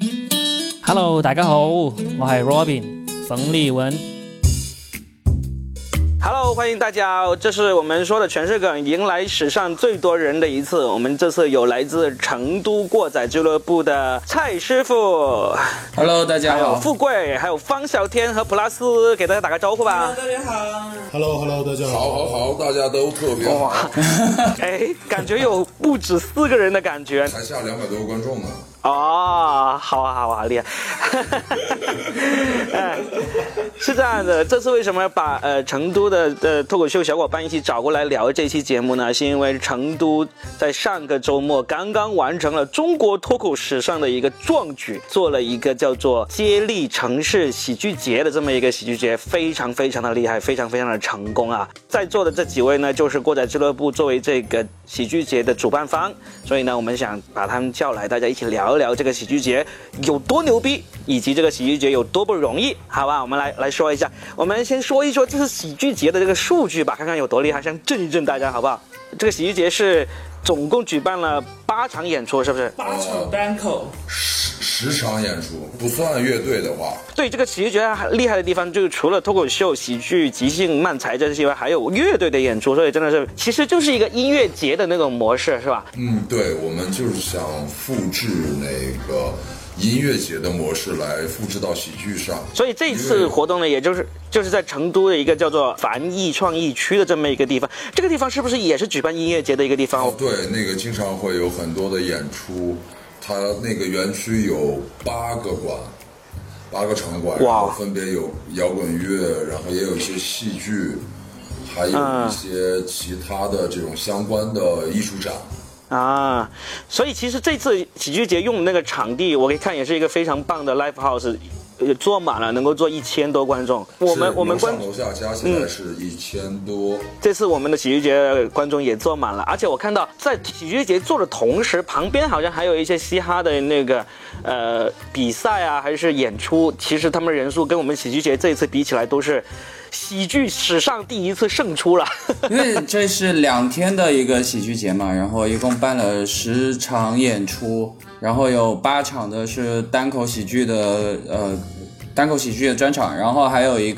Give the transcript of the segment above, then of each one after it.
Hello， 大家好，我係 Robin 冯立文。 Hello， 欢迎大家，这是我们说的全是梗，迎来史上最多人的一次。我们这次有来自成都过载俱乐部的蔡师傅 ，Hello， 大家好， 还有富贵，还有方小天和普拉斯，给大家打个招呼吧。 大家好 ，Hello， 大家好， 好，大家都特别好。 哎，感觉有不止4个人的感觉， 台下200多个观众呢。 哦，好啊，厉害！是这样的，这次为什么把成都的脱口秀小伙伴一起找过来聊这期节目呢？是因为成都在上个周末刚刚完成了中国脱口史上的一个壮举，做了一个叫做接力城市喜剧节的这么一个喜剧节，非常的厉害，非常的成功啊！在座的这几位呢，就是过载俱乐部作为这个喜剧节的主办方，所以呢，我们想把他们叫来，大家一起聊一聊这个喜剧节有多牛逼，以及这个喜剧节有多不容易，好吧？我们来说一下，我们先说一说这次喜剧节的这个数据吧，看看有多厉害，先震一震大家，好不好？这个喜剧节是总共举办了8场演出，是不是 ？8场单口 ，10场演出，不算乐队的话。 对，这个喜剧节厉害的地方，就是除了脱口秀、喜剧、即兴、漫才这些以外，还有乐队的演出，所以真的是，其实就是一个音乐节的那种模式，是吧？ 对，我们就是想复制那个音乐节的模式来复制到喜剧上， 所以这次活动呢，也就是在成都的一个叫做樊艺创意区的这么一个地方，这个地方是不是也是举办音乐节的一个地方？ 哦，对，那个经常会有很多的演出，它那个园区有8个馆，8个场馆，然后分别有摇滚乐，然后也有一些戏剧，还有一些其他的这种相关的艺术展。 所以其实这次喜剧节用的那个场地，我可以看也是一个非常棒的 live house， 坐满了，能够坐1000多观众。我们楼上楼下加起来是1000多。 这次我们的喜剧节观众也坐满了，而且我看到在喜剧节做的同时，旁边好像还有一些嘻哈的那个比赛啊，还是演出。其实他们人数跟我们喜剧节这一次比起来，都是喜剧史上第一次胜出了。 因为这是2天的一个喜剧节嘛，然后一共办了10场演出，然后有8场的是单口喜剧的专场，然后还有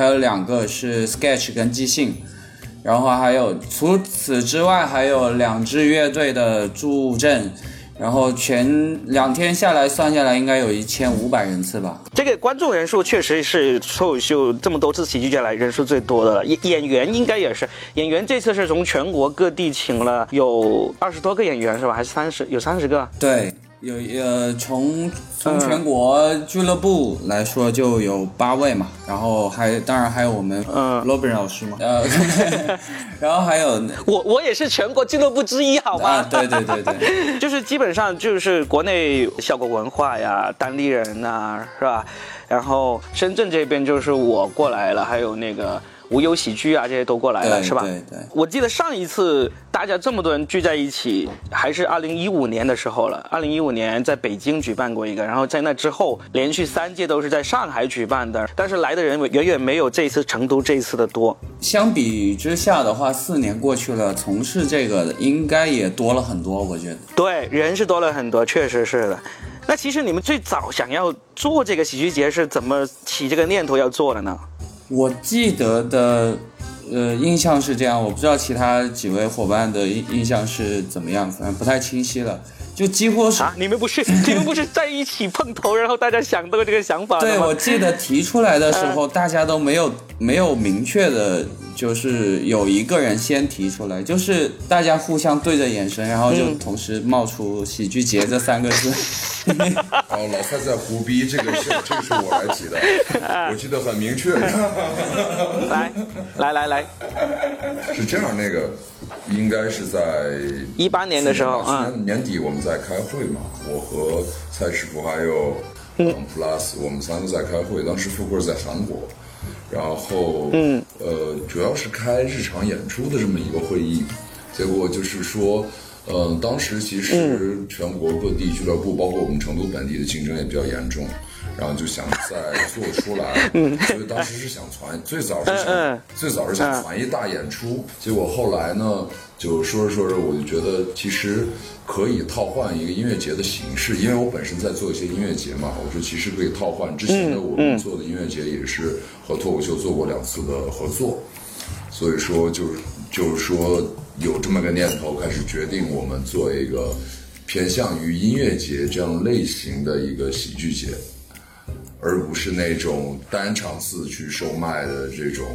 2个是 sketch 跟即兴，然后还有除此之外还有2支乐队的助阵。然后全2天下来算下来应该有1500人次吧。 这个观众人数确实是脱口秀这么多次喜剧节来人数最多的了。演员应该也是，演员这次是从全国各地请了有20多个演员是吧？还是有30个？ 对。从全国俱乐部来说就有8位嘛，然后当然还有我们Robin 老师嘛，然后还有我也是全国俱乐部之一，好吗？ 对， 就是基本上就是国内效果文化呀、单立人啊，是吧？然后深圳这边就是我过来了，还有那个无忧喜剧啊，这些都过来了，是吧？ 对。 我记得上一次大家这么多人聚在一起，还是2015年的时候了。2015年在北京举办过一个，然后在那之后连续3届都是在上海举办的，但是来的人远远没有这次成都这一次的多。 相比之下的话，4年过去了，从事这个的应该也多了很多，我觉得。 对，人是多了很多，确实是的。那其实你们最早想要做这个喜剧节是怎么起这个念头要做的呢？ 我记得的印象是这样，我不知道其他几位伙伴的印象是怎么样，反正不太清晰了。就几乎是你们不是在一起碰头，然后大家想到这个想法的吗？ 对，我记得提出来的时候，大家都没有明确的，就是有一个人先提出来，就是大家互相对着眼神，然后就同时冒出喜剧节这3个字。 老蔡在胡逼，这个是我来提的，我记得很明确。 来， 是这样，那个应该是在 18年的时候去年年底我们在开会嘛，我和蔡师傅还有Plus， 我们3个在开会，当时富贵在韩国，然后主要是开日常演出的这么一个会议，结果就是说当时其实全国各地俱乐部，包括我们成都本地的竞争也比较严重，然后就想再做出来，所以当时是想最早是想传一大演出，结果后来呢，就说着，我就觉得其实可以套换一个音乐节的形式，因为我本身在做一些音乐节嘛，我说其实可以套换之前的我们做的音乐节也是和脱口秀做过2次的合作，所以说就是说有这么个念头，开始决定我们做一个偏向于音乐节这样类型的一个喜剧节，而不是那种单场次去售卖的这种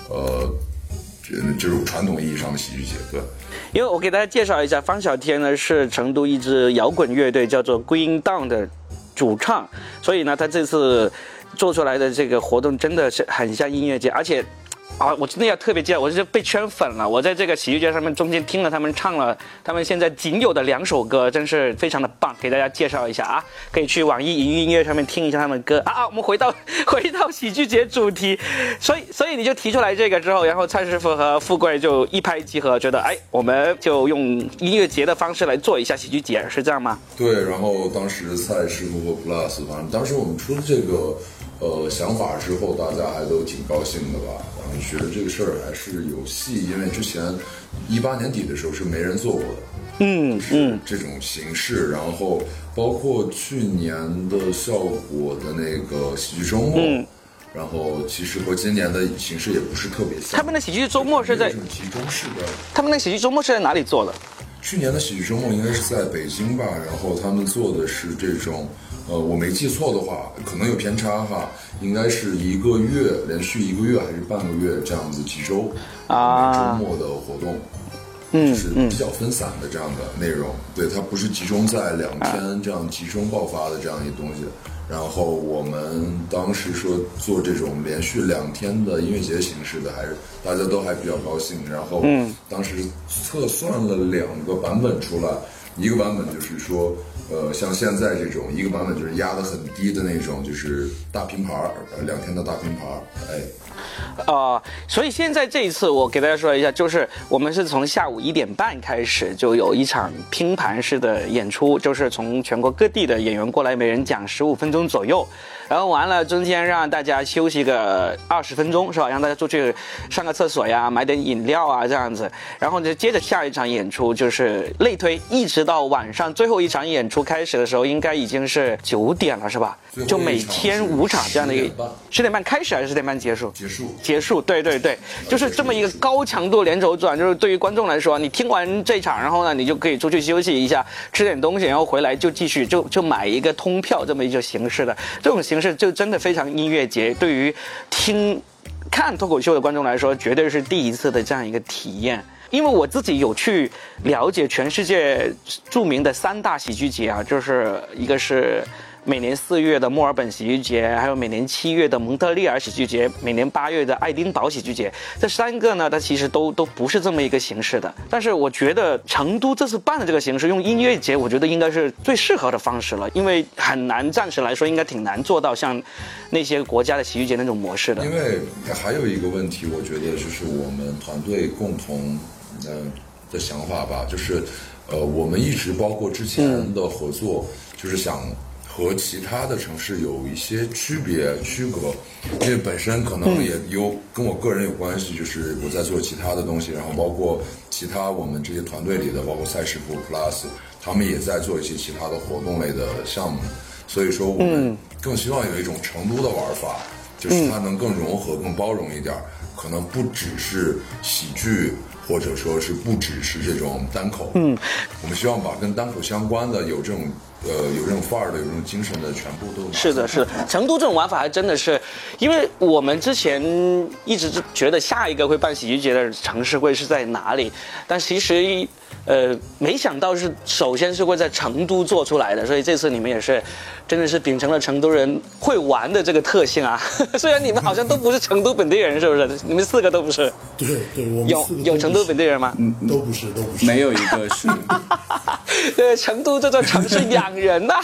这种传统意义上的喜剧节。对， 因为我给大家介绍一下，方小天呢是成都一支摇滚乐队叫做 Green Dawn 的主唱，所以呢他这次做出来的这个活动真的是很像音乐节，而且我真的要特别介绍，我是被圈粉了。我在这个喜剧节上面中间听了他们唱了他们现在仅有的2首歌，真是非常的棒，给大家介绍一下啊，可以去网易云音乐上面听一下他们的歌啊。我们回到喜剧节主题，所以你就提出来这个之后，然后蔡师傅和富贵就一拍即合，觉得我们就用音乐节的方式来做一下喜剧节，是这样吗？ 对，然后当时蔡师傅和 Plus， 反正当时我们出这个想法之后，大家还都挺高兴的吧，然后觉得这个事儿还是有戏，因为之前18年底的时候是没人做过的，这种形式，然后包括去年的效果的那个喜剧周末，然后其实和今年的形式也不是特别像。 他们的喜剧周末是在集中式的， 他们的喜剧周末是在哪里做的？ 去年的喜剧周末应该是在北京吧，然后他们做的是这种。我没记错的话，可能有偏差哈，应该是1个月，连续1个月还是半个月这样子几周每周末的活动，就是比较分散的这样的内容。对，它不是集中在2天这样集中爆发的这样一东西。然后我们当时说做这种连续2天的音乐节形式的，还是大家都还比较高兴。然后当时测算了2个版本出来，一个版本就是说。像现在这种一个版本就是压得很低的那种，就是大拼盘，2天的大拼盘， 所以现在这一次我给大家说一下，就是我们是从下午1点半开始就有一场拼盘式的演出，就是从全国各地的演员过来，每人讲15分钟左右，然后完了中间让大家休息个20分钟，是吧？让大家出去上个厕所呀，买点饮料啊这样子，然后就接着下一场演出，就是类推，一直到晚上最后一场演出开始的时候，应该已经是9点了，是吧？就每天5场这样的一个10点半开始还是10点半结束？结束，对，就是这么一个高强度连轴转，就是对于观众来说，你听完这场，然后呢，你就可以出去休息一下，吃点东西，然后回来就继续就买一个通票这么一种形式的，这种形式就真的非常音乐节，对于看脱口秀的观众来说，绝对是第一次的这样一个体验。因为我自己有去了解全世界著名的3大喜剧节啊，就是一个是每年4月的墨尔本喜剧节，还有每年7月的蒙特利尔喜剧节，每年8月的爱丁堡喜剧节。这3个呢，它其实都不是这么一个形式的。但是我觉得成都这次办的这个形式，用音乐节，我觉得应该是最适合的方式了，因为很难，暂时来说应该挺难做到像那些国家的喜剧节那种模式的。 因为还有一个问题，我觉得就是我们团队共同的想法吧，就是我们一直包括之前的合作，就是想和其他的城市有一些区隔，因为本身可能也有跟我个人有关系，就是我在做其他的东西，然后包括其他我们这些团队里的，包括赛师傅 Plus， 他们也在做一些其他的活动类的项目，所以说我们更希望有一种成都的玩法，就是它能更融合、更包容一点，可能不只是喜剧。或者说是不只是这种单口，我们希望把跟单口相关的有这种范儿的、有这种精神的全部都是的。成都这种玩法还真的是，因为我们之前一直觉得下一个会办喜剧节的城市会是在哪里，但其实没想到是首先是会在成都做出来的，所以这次你们也是真的是秉承了成都人会玩的这个特性啊。虽然你们好像都不是成都本地人，是不是？你们4个都不是。 对，我们有成都本地人吗？ 都不是， 没有一个是。 对，成都这座城市养人呐。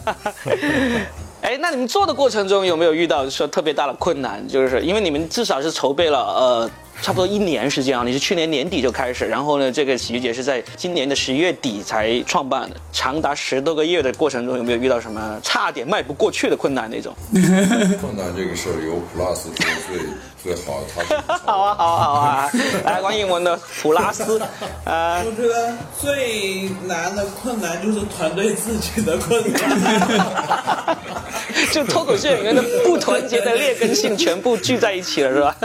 那你们做的过程中有没有遇到说特别大的困难？就是因为你们至少是筹备了差不多1年时间啊，你是去年年底就开始，然后呢，这个喜剧节是在今年的10月底才创办的，长达10多个月的过程中，有没有遇到什么差点迈不过去的困难那种？ 困难这个事儿由 Plus 说最好，他是好啊，来欢迎我们的普拉斯。 我觉得最难的困难就是团队自己的困难， 就脱口秀演员的不团结的劣根性全部聚在一起了，是吧？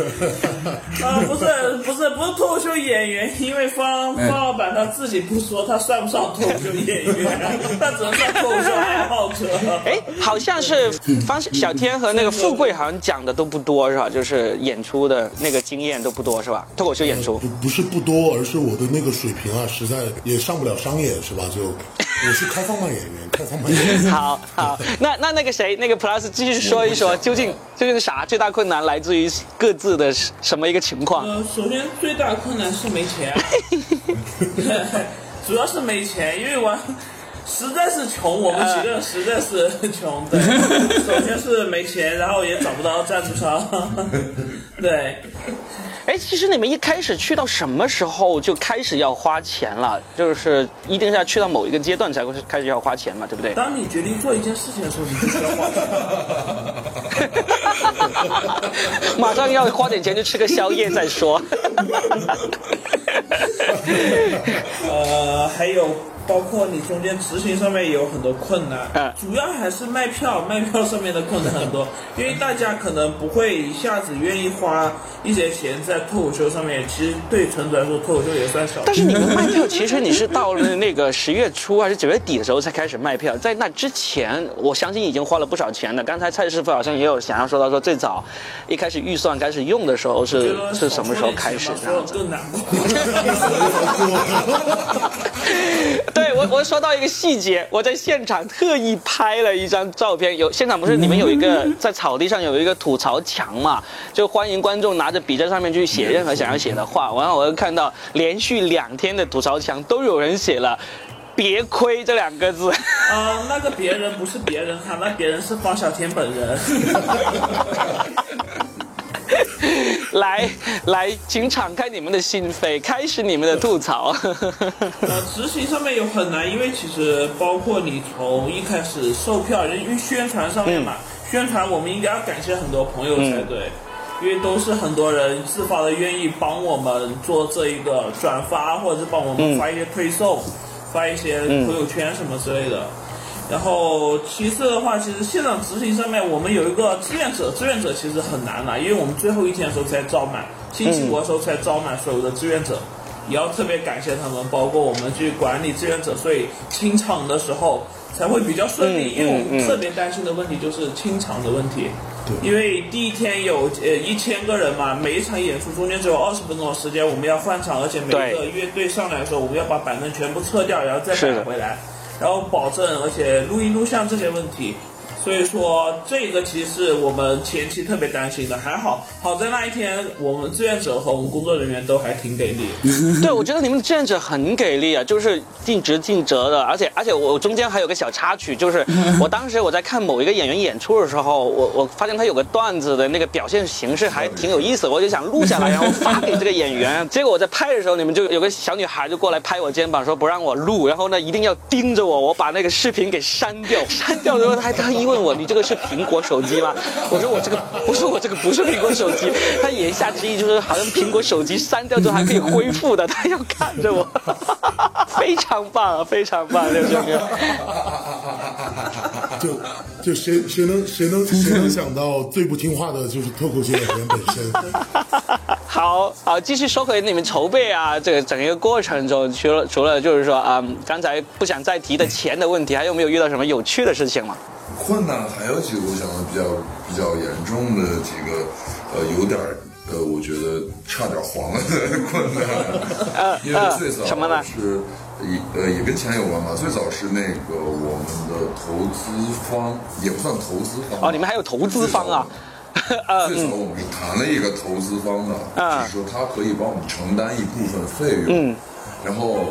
不是脱口秀演员，因为方老板他自己不说他算不上脱口秀演员，他只能算脱口秀爱好者。 哎，好像是小天和那个富贵好像讲的都不多，是吧？就是演出的那个经验都不多，是吧？脱口秀演出不是不多，而是我的那个水平啊，实在也上不了商业，是吧？我是开放麦演员。 好，那个谁，那个 Plus 继续说一说，究竟啥最大困难来自于各自的什么一个情况？ 首先最大困难是没钱，主要是没钱，因为我实在是穷，我们几个人实在是穷。对，首先是没钱，然后也找不到赞助商。对。 哎，其实你们一开始去到什么时候就开始要花钱了？就是一定是要去到某一个阶段才会开始要花钱嘛，对不对？ 当你决定做一件事情的时候，你就需要花钱。马上要花点钱就吃个宵夜再说。 还有包括你中间执行上面也有很多困难，主要还是卖票上面的困难很多，因为大家可能不会一下子愿意花一些钱在脱口秀上面，其实对成都来说脱口秀也算小。 但是你们卖票，其实你是到了那个10月初还是9月底的时候才开始卖票，在那之前，我相信已经花了不少钱了。刚才蔡师傅好像也有想要说到说最早一开始预算开始用的时候是什么时候开始这样子？ 更难过。 对，我说到一个细节，我在现场特意拍了一张照片。现场不是你们有一个在草地上有一个吐槽墙嘛，就欢迎观众拿着笔在上面去写任何想要写的话。然后我就看到连续2天的吐槽墙都有人写了“别亏”这2个字。 那个别人不是别人哈，那别人是方小天本人。来，请敞开你们的心扉，开始你们的吐槽。 执行上面有很难，因为其实包括你从一开始售票，因为宣传上面嘛，宣传我们应该要感谢很多朋友才对，因为都是很多人自发的愿意帮我们做这一个转发，或者是帮我们发一些推送，发一些朋友圈什么之类的。然后其次的话，其实现场执行上面我们有一个志愿者其实很难了，因为我们最后1天的时候才招满，星期5的时候才招满所有的志愿者，也要特别感谢他们，包括我们去管理志愿者，所以清场的时候才会比较顺利。因为我们特别担心的问题就是清场的问题，因为第1天有1000个人嘛，每一场演出中间只有20分钟的时间，我们要换场，而且每个乐队上来的时候，我们要把板凳全部撤掉，然后再摆回来。然后保证，而且录音录像这些问题，所以说这个其实是我们前期特别担心的。还好在那一天，我们志愿者和我们工作人员都还挺给力。 对，我觉得你们的志愿者很给力啊，就是尽职尽责的。而且我中间还有个小插曲，就是当时我在看某一个演员演出的时候，我发现他有个段子的那个表现形式还挺有意思，我就想录下来，然后发给这个演员。结果我在拍的时候，你们就有个小女孩就过来拍我肩膀说不让我录，然后呢一定要盯着我把那个视频给删掉。删掉的时候，他一问我，你这个是苹果手机吗？我说我这个不是苹果手机。他言下之意就是好像苹果手机删掉之后还可以恢复的，他要看着我。非常棒啊，非常棒，这个。 就谁能想到最不听话的就是脱口秀演员本身。 好，继续说回你们筹备啊，这个整一个过程中，除了就是说刚才不想再提的钱的问题，还有没有遇到什么有趣的事情吗？ 困难还有几个我想的比较严重的几个，有点我觉得差点黄了的困难。因为最早什么呢？ 是也跟钱有关吧。最早是那个我们的投资方，也不算投资方。 你们还有投资方啊？ 最早我们是谈了一个投资方的，就是说他可以帮我们承担一部分费用。然后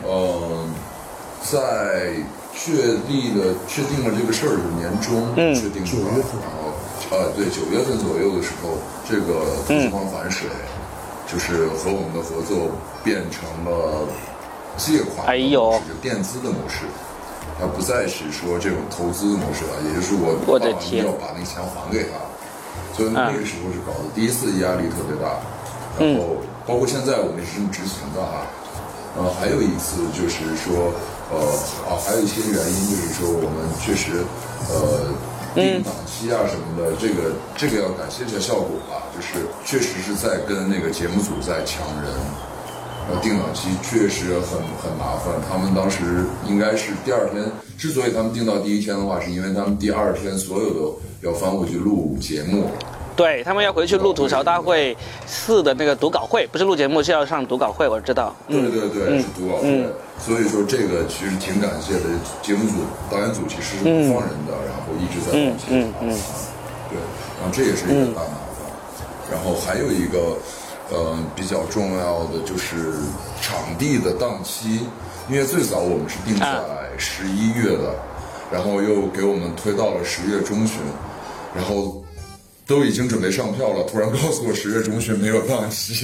在确定了这个事儿是年中确定的，然后对9月份左右的时候，这个投资方反水， 就是和我们的合作变成了借款的模式， 就垫资的模式，它不再是说这种投资的模式了，也就是我的天， 要把那个钱还给他，所以那个时候是搞的第一次压力特别大，然后包括现在我们也是这么执行的哈。还有一次就是说，还有一些原因就是说，我们确实，定档期啊什么的，这个要感谢一下效果吧，就是确实是在跟那个节目组在抢人，定档期确实很麻烦。他们当时应该是第二天，之所以他们定到第一天的话，是因为他们第二天所有的要翻回去录节目。 对，他们要回去录吐槽大会4的那个读稿会，不是录节目，是要上读稿会，我知道。 对，是读稿会。所以说这个其实挺感谢的，节目组、导演组其实是不放人的，然后一直在往前爬。对，然后这也是一个大麻烦。然后还有一个比较重要的就是场地的档期，因为最早我们是定在11月的，然后又给我们推到了10月中旬，然后都已经准备上票了，突然告诉我10月中旬没有档期。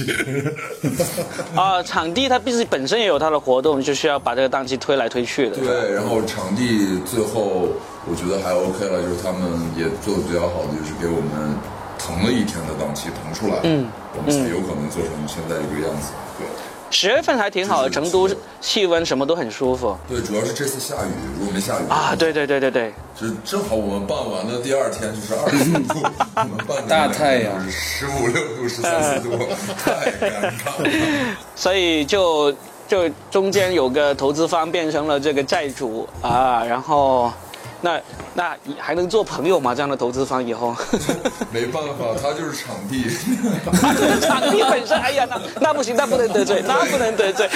场地它毕竟本身也有它的活动，就需要把这个档期推来推去的。 对，然后场地最后我觉得还 OK 了，就是他们也做的比较好的，就是给我们腾了1天的档期腾出来，我们才有可能做成现在这个样子。对。 10月份还挺好的，成都气温什么都很舒服。 对，主要是这次下雨，如果没下雨对， 就正好我们办完的第二天就是20度，我们办的大太阳 15、6度、13、14度，太尴尬了。 所以就中间有个投资方变成了这个债主然后。那还能做朋友吗？这样的投资方以后没办法，他就是场地。 场地本身，哎呀，那不行，那不能得罪，那不能得罪。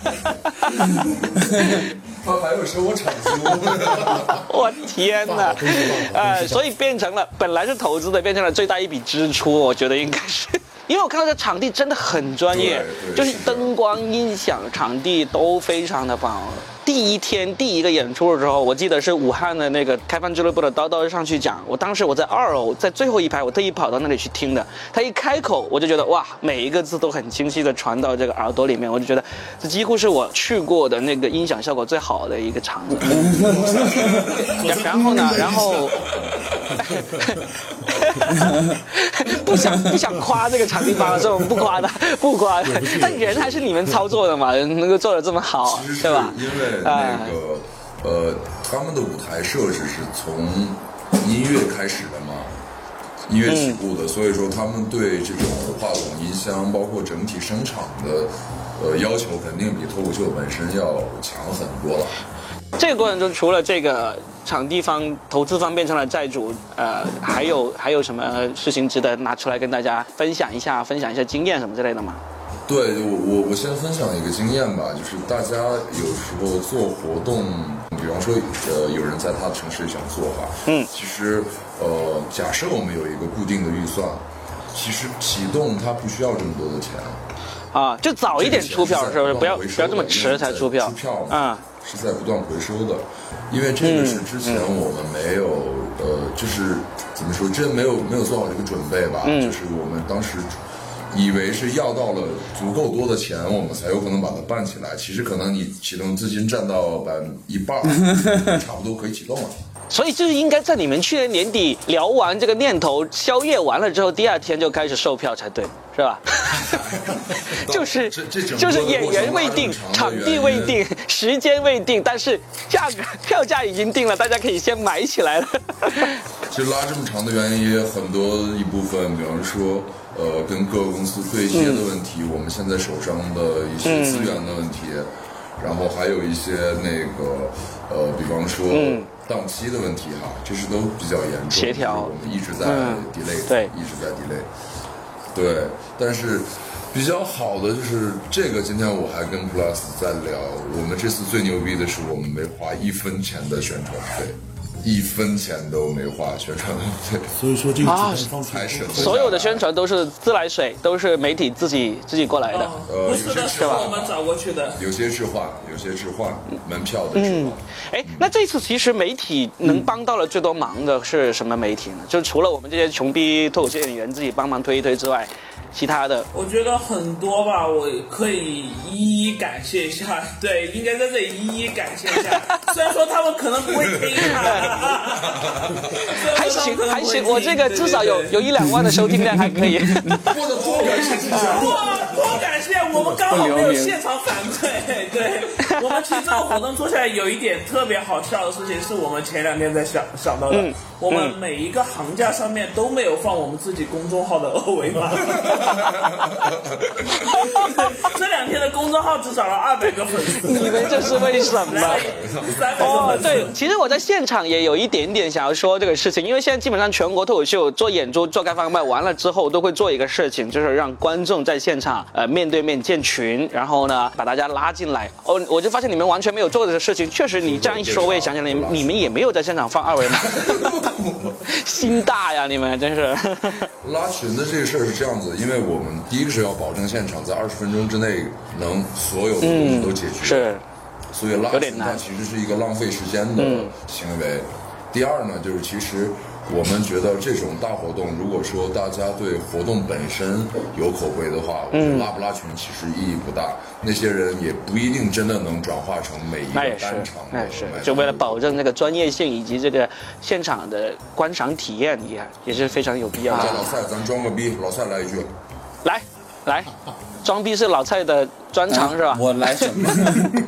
他还有收我场租。 我天哪！所以变成了本来是投资的，变成了最大一笔支出，我觉得应该是。因为我看到这场地真的很专业，就是灯光、音响、场地都非常的棒。第一天第一个演出的时候，我记得是武汉的那个开放俱乐部的叨叨上去讲，当时我在2楼，在最后一排，我特意跑到那里去听的。他一开口，我就觉得哇，每一个字都很清晰的传到这个耳朵里面，我就觉得这几乎是我去过的那个音响效果最好的一个场景。然后不想夸这个场地方，所以我们不夸的，但人还是你们操作的嘛，能够做得这么好，对吧？ 因为那个他们的舞台设置是从音乐开始的嘛，音乐起步的，所以说他们对这种话筒、音箱，包括整体声场的要求，肯定比脱口秀本身要强很多了。 这个过程中，除了这个场地方、投资方变成了债主，还有什么事情值得拿出来跟大家分享一下经验什么之类的吗？ 对，我先分享一个经验吧，就是大家有时候做活动，比方说有人在他的城市想做哈，其实假设我们有一个固定的预算，其实启动它不需要这么多的钱就早一点出票，是不是？不要这么迟才出票。 出票是在不断回收的，因为这个是之前我们没有就是怎么说，真没有做好这个准备吧，就是我们当时以为是要到了足够多的钱，我们才有可能把它办起来。其实可能你启动资金占到1半，差不多可以启动了。 所以就是应该在你们去年年底聊完这个念头，宵夜完了之后，第2天就开始售票才对，是吧？就是演员未定，场地未定，时间未定，但是票价已经定了，大家可以先买起来了。 其实拉这么长的原因也很多一部分，比方说跟各个公司对接的问题，我们现在手上的一些资源的问题，然后还有一些那个比方说档期的问题哈，这是都比较严重， 协调， 我们一直在 delay， 对， 一直在 delay， 对，但是比较好的就是这个，今天我还跟 Plus 在聊，我们这次最牛逼的是我们没花1分钱的宣传费。1分钱都没花宣传费， 所以说这个才省。 所有的宣传都是自来水，都是媒体自己过来的。 不是的，是我们找过去的。 有些置换，门票的置换。 那这次其实媒体能帮到了最多忙的是什么媒体呢？就除了我们这些穷逼脱口秀演员自己帮忙推一推之外， 其他的？ 我觉得很多吧，我可以一一感谢一下。对，应该在这里一一感谢一下。虽然说他们可能不会听还行还行，我这个至少有1-2万的收听量，还可以。 或者多感谢一下， 多感谢，我们刚好没有现场反馈。对，我们其实这个活动做下来有一点特别好笑的事情，是我们前2天才想到的。我们每一个行架上面都没有放我们自己公众号的2维码。这2天的公众号只涨了200个粉丝。 你们这是为什么？哦，对，其实我在现场也有一点点想要说这个事情，因为现在基本上全国脱口秀做演出、做开放麦完了之后，都会做一个事情，就是让观众在现场面对面建群，然后呢把大家拉进来。哦，我就发现你们完全没有做这个事情。确实，你这样一说，我也想起来，你们也没有在现场放2维码。心大呀，你们真是。 拉群的这个事儿是这样子，因为我们第一个是要保证现场在20分钟之内能所有的东西都解决， 是， 所以拉群它其实是一个浪费时间的行为。第二呢，就是其实我们觉得这种大活动，如果说大家对活动本身有口碑的话，我觉得拉不拉群其实意义不大。那些人也不一定真的能转化成每一个单场。 那也是，就为了保证这个专业性以及这个现场的观赏体验，也是非常有必要的。 老蔡，咱装个逼，老蔡来一句。 来，装逼是老蔡的专长是吧？ 我来什么？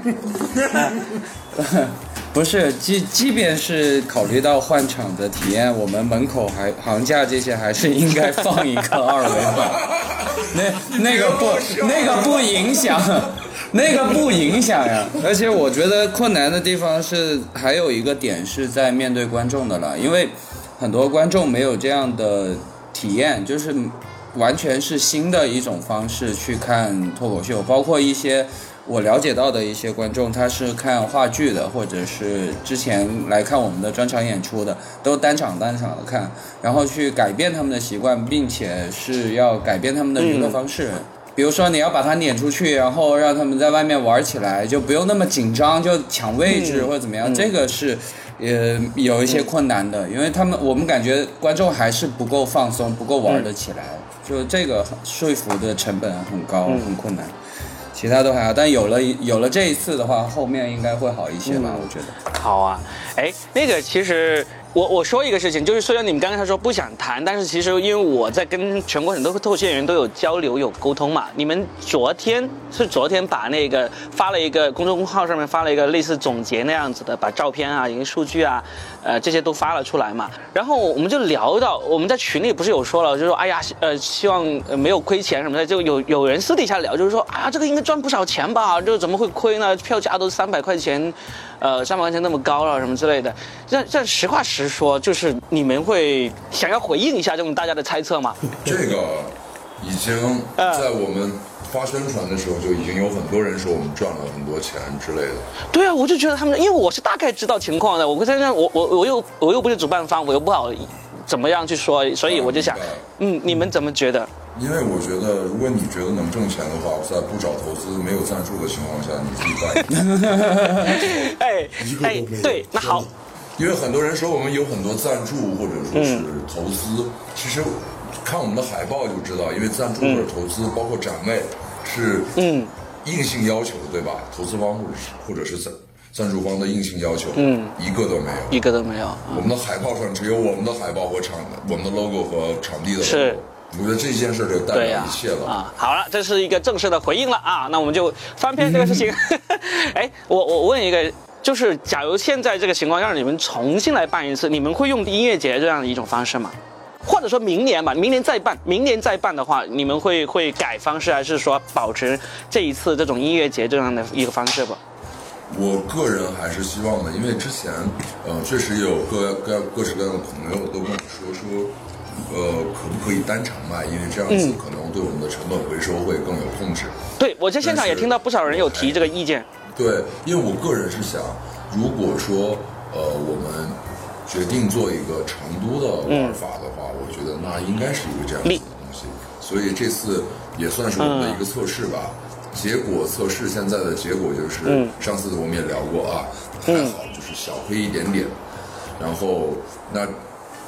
不是，即便是考虑到换场的体验，我们门口行架这些还是应该放一个2维码。那个不影响，那个不影响呀。而且我觉得困难的地方是还有一个点是在面对观众的了，因为很多观众没有这样的体验，就是完全是新的一种方式去看脱口秀，包括一些我了解到的一些观众，他是看话剧的，或者是之前来看我们的专场演出的，都单场的看，然后去改变他们的习惯，并且是要改变他们的娱乐方式。比如说你要把他撵出去，然后让他们在外面玩起来，就不用那么紧张，就抢位置或者怎么样，这个是有一些困难的，因为我们感觉观众还是不够放松，不够玩得起来，就这个说服的成本很高，很困难。其他都还好，但有了这一次的话，后面应该会好一些吧，我觉得。 好啊，哎，那个其实我说一个事情，就是虽然你们刚才说不想谈，但是其实因为我在跟全国很多脱口秀演员都有交流有沟通嘛。你们昨天把那个发了一个公众号上面发了一个类似总结那样子的，把照片啊、影数据啊，这些都发了出来嘛。然后我们就聊到，我们在群里不是有说了，就说哎呀，希望没有亏钱什么的，就有人私底下聊，就是说啊，这个应该赚不少钱吧，这怎么会亏呢？票价都300块钱。300块钱那么高了什么之类的，这实话实说，就是你们会想要回应一下这种大家的猜测吗？ 这个已经在我们发宣传的时候就已经有很多人说我们赚了很多钱之类的。对啊，我就觉得他们，因为我是大概知道情况的，我在那我又不是主办方，我又不好怎么样去说，所以我就想，你们怎么觉得？ 因为我觉得，如果你觉得能挣钱的话，在不找投资、没有赞助的情况下，你自己干。 对，那好。 因为很多人说我们有很多赞助或者说是投资，其实看我们的海报就知道，因为赞助或者投资，包括展位是硬性要求的，对吧？投资方或者是赞助方的硬性要求，一个都没有。我们的海报上只有我们的海报和我们的 logo 和场地的 logo。是。我觉得这件事就代表一切了啊！好了，这是一个正式的回应了啊！那我们就翻篇这个事情。哎，我问一个，就是假如现在这个情况让你们重新来办一次，你们会用音乐节这样的一种方式吗？或者说明年吧，明年再办的话，你们会改方式，还是说保持这一次这种音乐节这样的一个方式吧？ 我个人还是希望的，因为之前确实有各式各样的朋友都跟我说。可不可以单场卖？因为这样子可能对我们的成本回收会更有控制。 对，我在现场也听到不少人有提这个意见。 对，因为我个人是想，如果说我们决定做一个成都的玩法的话，我觉得那应该是一个这样子的东西。所以这次也算是我们的一个测试吧。测试现在的结果就是，上次我们也聊过啊，还好就是小亏一点点。然后那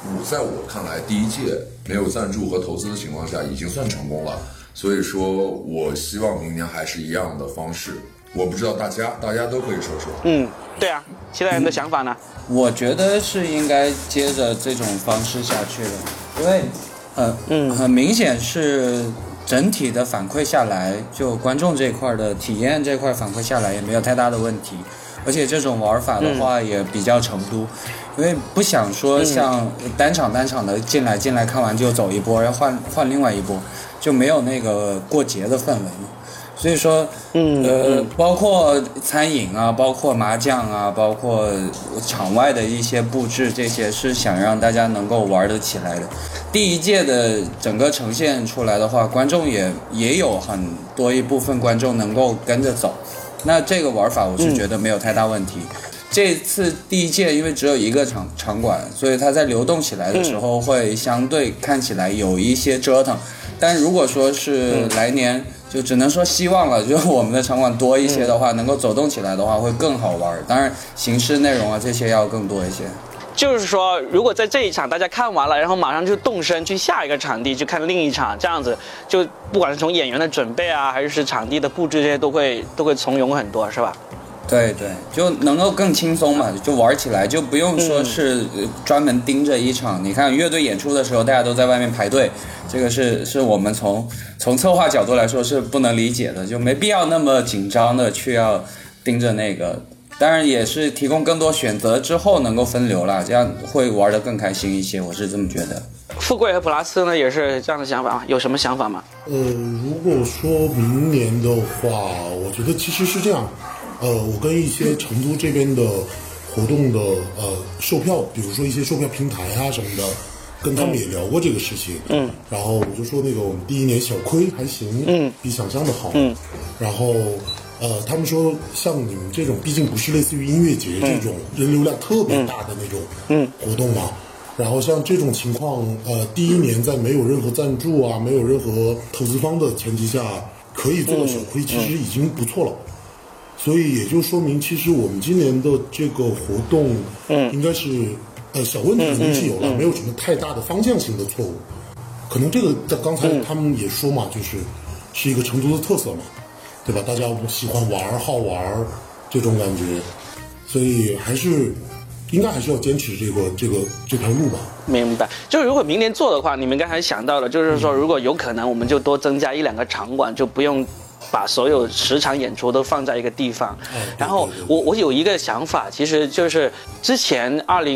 在我看来，第一届没有赞助和投资的情况下，已经算成功了。所以说我希望明年还是一样的方式。我不知道大家都可以说说。 对啊，其他人的想法呢？ 我觉得是应该接着这种方式下去的，因为很明显是整体的反馈下来，就观众这块的体验这块反馈下来也没有太大的问题，而且这种玩法的话也比较成都，因为不想说像单场的进来看完就走一波，然后换另外一波，就没有那个过节的氛围嘛。所以说，包括餐饮啊，包括麻将啊，包括场外的一些布置，这些是想让大家能够玩得起来的。第一届的整个呈现出来的话，观众也有很多一部分观众能够跟着走，那这个玩法我是觉得没有太大问题。这次第一届因为只有一个场馆，所以它在流动起来的时候会相对看起来有一些折腾，但如果说是来年，就只能说希望了，就我们的场馆多一些的话，能够走动起来的话会更好玩。当然形式内容啊这些要更多一些。 就是说，如果在这一场大家看完了，然后马上就动身去下一个场地去看另一场，这样子就不管是从演员的准备啊，还是场地的布置，这些都会从容很多，是吧？ 对，就能够更轻松嘛，就玩起来就不用说是专门盯着一场。你看乐队演出的时候，大家都在外面排队，这个是我们从策划角度来说是不能理解的，就没必要那么紧张的去要盯着那个。当然也是提供更多选择之后能够分流啦，这样会玩得更开心一些，我是这么觉得。 富贵和普拉斯呢也是这样的想法吗？有什么想法吗？ 如果说明年的话，我觉得其实是这样。我跟一些成都这边的活动的售票，比如说一些售票平台啊什么的，跟他们也聊过这个事情。然后我就说那个我们第一年小亏还行，比想象的好。然后他们说像你们这种，毕竟不是类似于音乐节这种人流量特别大的那种活动嘛。然后像这种情况，第一年在没有任何赞助啊，没有任何投资方的前提下，可以做到小亏，其实已经不错了。所以也就说明，其实我们今年的这个活动，应该是小问题肯定是有了，没有什么太大的方向性的错误。可能这个在刚才他们也说嘛，是一个成都的特色嘛，对吧？大家喜欢玩、好玩这种感觉，所以应该还是要坚持这条路吧。 明白。就是如果明年做的话，你们刚才想到了，就是说如果有可能，我们就多增加1-2个场馆，就不用把所有10场演出都放在一个地方。然后我有一个想法，其实就是之前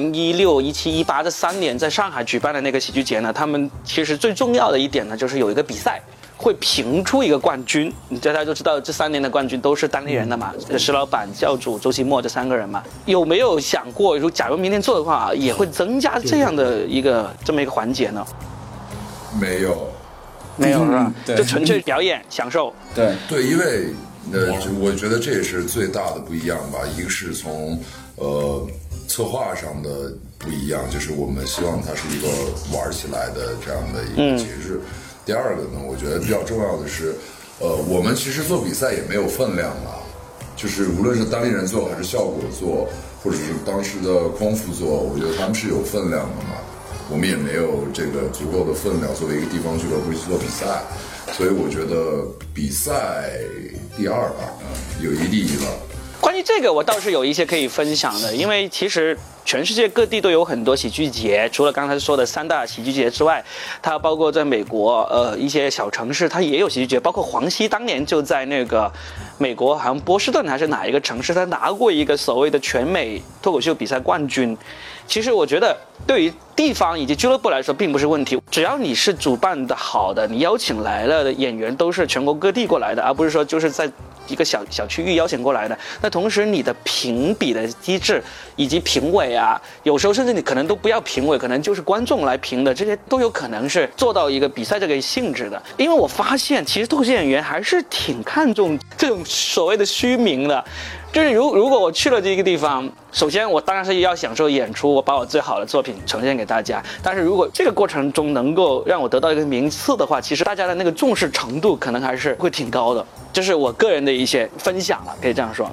2016、17、18这3年在上海举办的那个喜剧节呢，他们其实最重要的一点呢，就是有一个比赛。会评出一个冠军，大家就知道这3年的冠军都是当地人的嘛，石老板、教主、周奇墨这3个人嘛。有没有想过，假如明天做的话，也会增加这样的这么一个环节呢？ 没有是吧？ 对， 就纯粹表演享受。 对，因为我觉得这也是最大的不一样吧。一个是从策划上的不一样，就是我们希望它是一个玩起来的这样的一个节日。第二个呢，我觉得比较重要的是，我们其实做比赛也没有分量了，就是无论是当地人做还是效果做，或者是当时的匡扶做，我觉得他们是有分量的嘛。我们也没有这个足够的分量作为一个地方俱乐部去做比赛，所以我觉得比赛第二吧，有一第一了。 关于这个，我倒是有一些可以分享的，因为其实全世界各地都有很多喜剧节，除了刚才说的3大喜剧节之外，它包括在美国一些小城市，它也有喜剧节，包括黄西当年就在那个美国，好像波士顿还是哪一个城市，他拿过一个所谓的全美脱口秀比赛冠军。其实我觉得对于地方以及俱乐部来说并不是问题，只要你是主办的好的，你邀请来了的演员都是全国各地过来的，而不是说就是在一个小区域邀请过来的。那同时你的评比的机制以及评委啊，有时候甚至你可能都不要评委，可能就是观众来评的，这些都有可能是做到一个比赛这个性质的。因为我发现其实脱口秀演员还是挺看重这种所谓的虚名的，就是如果我去了这个地方，首先我当然是要享受演出，我把我最好的作品呈现给大家，但是如果这个过程中能够让我得到一个名次的话，其实大家的那个重视程度可能还是会挺高的，这是我个人的一些分享了，可以这样说。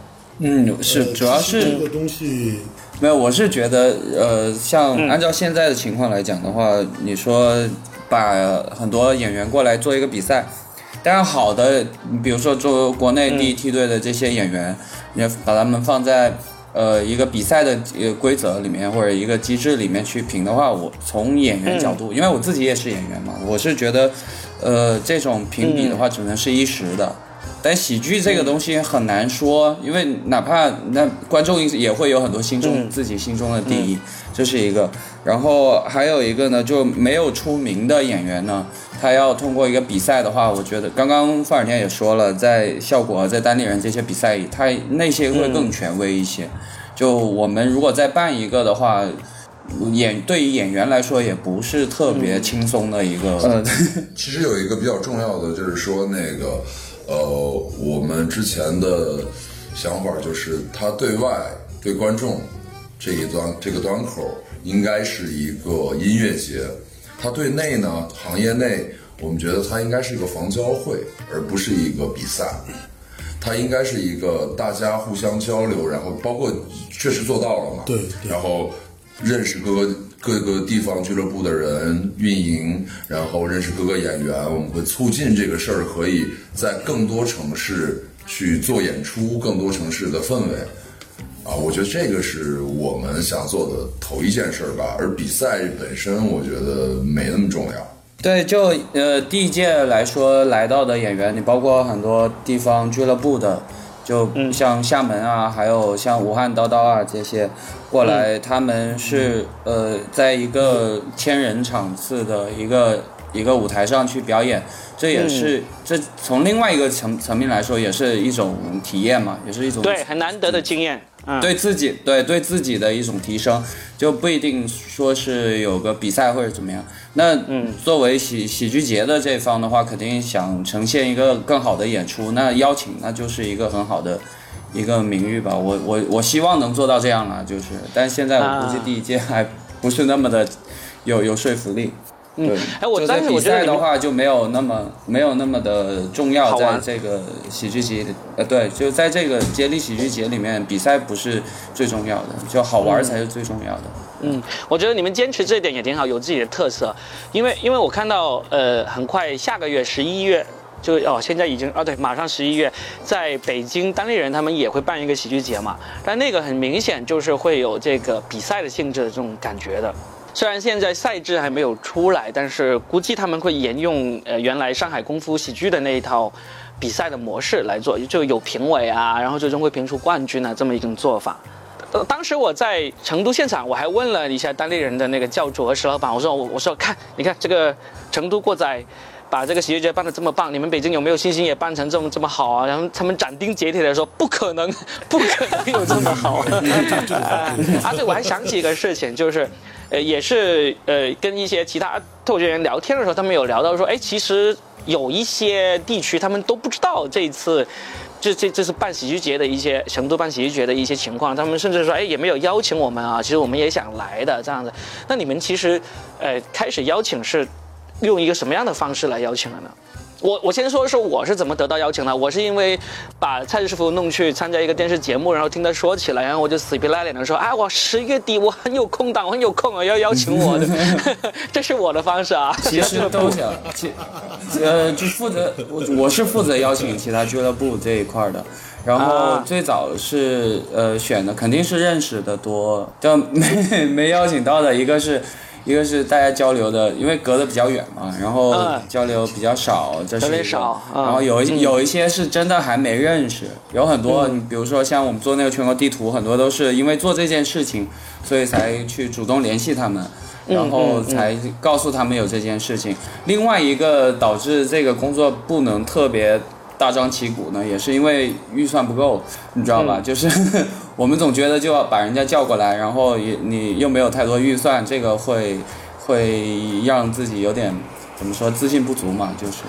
是主要是这个东西没有，我是觉得像按照现在的情况来讲的话，你说把很多演员过来做一个比赛，当然好的，比如说做国内第一梯队的这些演员，你把他们放在一个比赛的规则里面或者一个机制里面去评的话，我从演员角度，因为我自己也是演员嘛，我是觉得这种评比的话只能是一时的。但喜剧这个东西很难说，因为哪怕那观众也会有很多自己心中的第一，这是一个。然后还有一个呢，就没有出名的演员呢，他要通过一个比赛的话，我觉得刚刚范尔天也说了，在效果在单立人这些比赛里，他那些会更权威一些。就我们如果再办一个的话，对于演员来说也不是特别轻松的一个。 其实有一个比较重要的就是说那个。我们之前的想法就是，它对外对观众这个端口应该是一个音乐节，它对内呢，行业内我们觉得它应该是一个房交会，而不是一个比赛。它应该是一个大家互相交流，然后包括确实做到了嘛， 对， 然后认识各个地方俱乐部的人运营，然后认识各个演员，我们会促进这个事儿可以在更多城市去做演出，更多城市的氛围啊，我觉得这个是我们想做的头一件事吧，而比赛本身我觉得没那么重要。 对，就第一届来说来到的演员，你包括很多地方俱乐部的，就像厦门啊，还有像武汉叨叨啊这些过来，他们是在一个1000人场次的一个舞台上去表演，这也是这从另外一个层面来说，也是一种体验嘛，也是一种对很难得的经验。 对自己的一种提升，就不一定说是有个比赛或者怎么样。那作为喜剧节的这方的话，肯定想呈现一个更好的演出，那邀请那就是一个很好的一个名誉吧。我希望能做到这样啦，就是，但现在我估计第一届还不是那么的有说服力。对，就在比赛的话就没有那么的重要，在这个喜剧节对，就在这个接力喜剧节里面，比赛不是最重要的，就好玩才是最重要的。 我觉得你们坚持这一点也挺好，有自己的特色。因为我看到很快下个月11月现在已经对，马上11月，在北京单立人他们也会办一个喜剧节嘛，但那个很明显就是会有这个比赛的性质的这种感觉的。虽然现在赛制还没有出来，但是估计他们会沿用原来上海功夫喜剧的那一套比赛的模式来做，就有评委啊，然后最终会评出冠军啊，这么一种做法。当时我在成都现场，我还问了一下单立人的那个教主和石老板，我说你看这个成都过载把这个喜剧节办得这么棒，你们北京有没有信心也办成这么好啊？然后他们斩钉截铁的说不可能有这么好。对，我还想起一个事情，就是也是跟一些其他脱口秀演员聊天的时候，他们有聊到说，其实有一些地区他们都不知道这一次这是办喜剧节的一些成都办喜剧节的一些情况，他们甚至说也没有邀请我们啊，其实我们也想来的这样子。那你们其实开始邀请是用一个什么样的方式来邀请的呢？我先说我是怎么得到邀请的。我是因为把蔡师傅弄去参加一个电视节目，然后听他说起来，然后我就死皮赖脸的说，我10月底我很有空档，我很有空啊，要邀请我的。这是我的方式啊。 其实都想，就我是负责邀请其他俱乐部这一块的。然后最早是选的肯定是认识的多，就没邀请到的一个是大家交流的，因为隔得比较远嘛，然后交流比较少，这是一个。然后有一些是真的还没认识，有很多，你比如说像我们做那个全国地图，很多都是因为做这件事情，所以才去主动联系他们，然后才告诉他们有这件事情。另外一个导致这个工作不能特别大张旗鼓呢，也是因为预算不够，你知道吧？就是我们总觉得就要把人家叫过来，然后你又没有太多预算，这个会让自己有点怎么说自信不足嘛，就是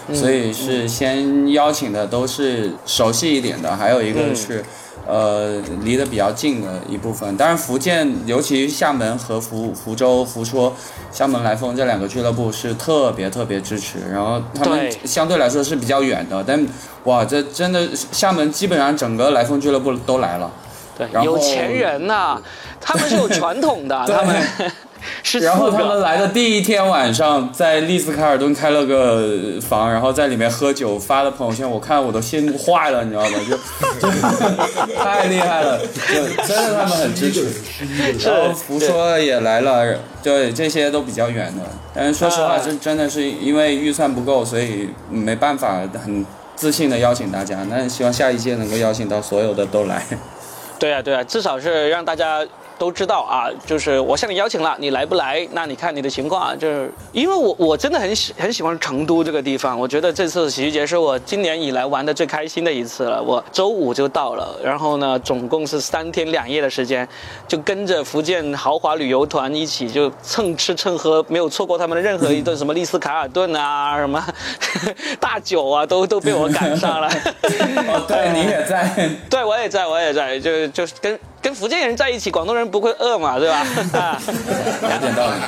所以是先邀请的都是熟悉一点的，还有一个是离得比较近的一部分。当然福建尤其厦门和福州福说厦门来风这两个俱乐部是特别支持，然后他们相对来说是比较远的，但哇这真的厦门基本上整个来风俱乐部都来了。 对，有钱人呐，他们是有传统的，他们然后他们来的第一天晚上，在丽思卡尔顿开了个房，然后在里面喝酒，发的朋友圈，我看我都羡慕坏了，你知道吗？就太厉害了，就真的他们很支持。然后福说也来了，对，这些都比较远的。但是说实话，真的是因为预算不够，所以没办法很自信的邀请大家。那希望下一届能够邀请到所有的都来。 对啊，至少是让大家都知道啊，就是我向你邀请了，你来不来？那你看你的情况啊，就是因为我真的很喜欢成都这个地方，我觉得这次喜剧节是我今年以来玩的最开心的一次了。我周五就到了，然后呢，总共是3天2夜的时间，就跟着福建豪华旅游团一起就蹭吃蹭喝，没有错过他们的任何一顿什么丽思卡尔顿啊，什么大酒啊，都被我赶上了。 哦，对，你也在？ 对，我也在，就是跟福建人在一起，广东人不会饿嘛，对吧？ 有点道理。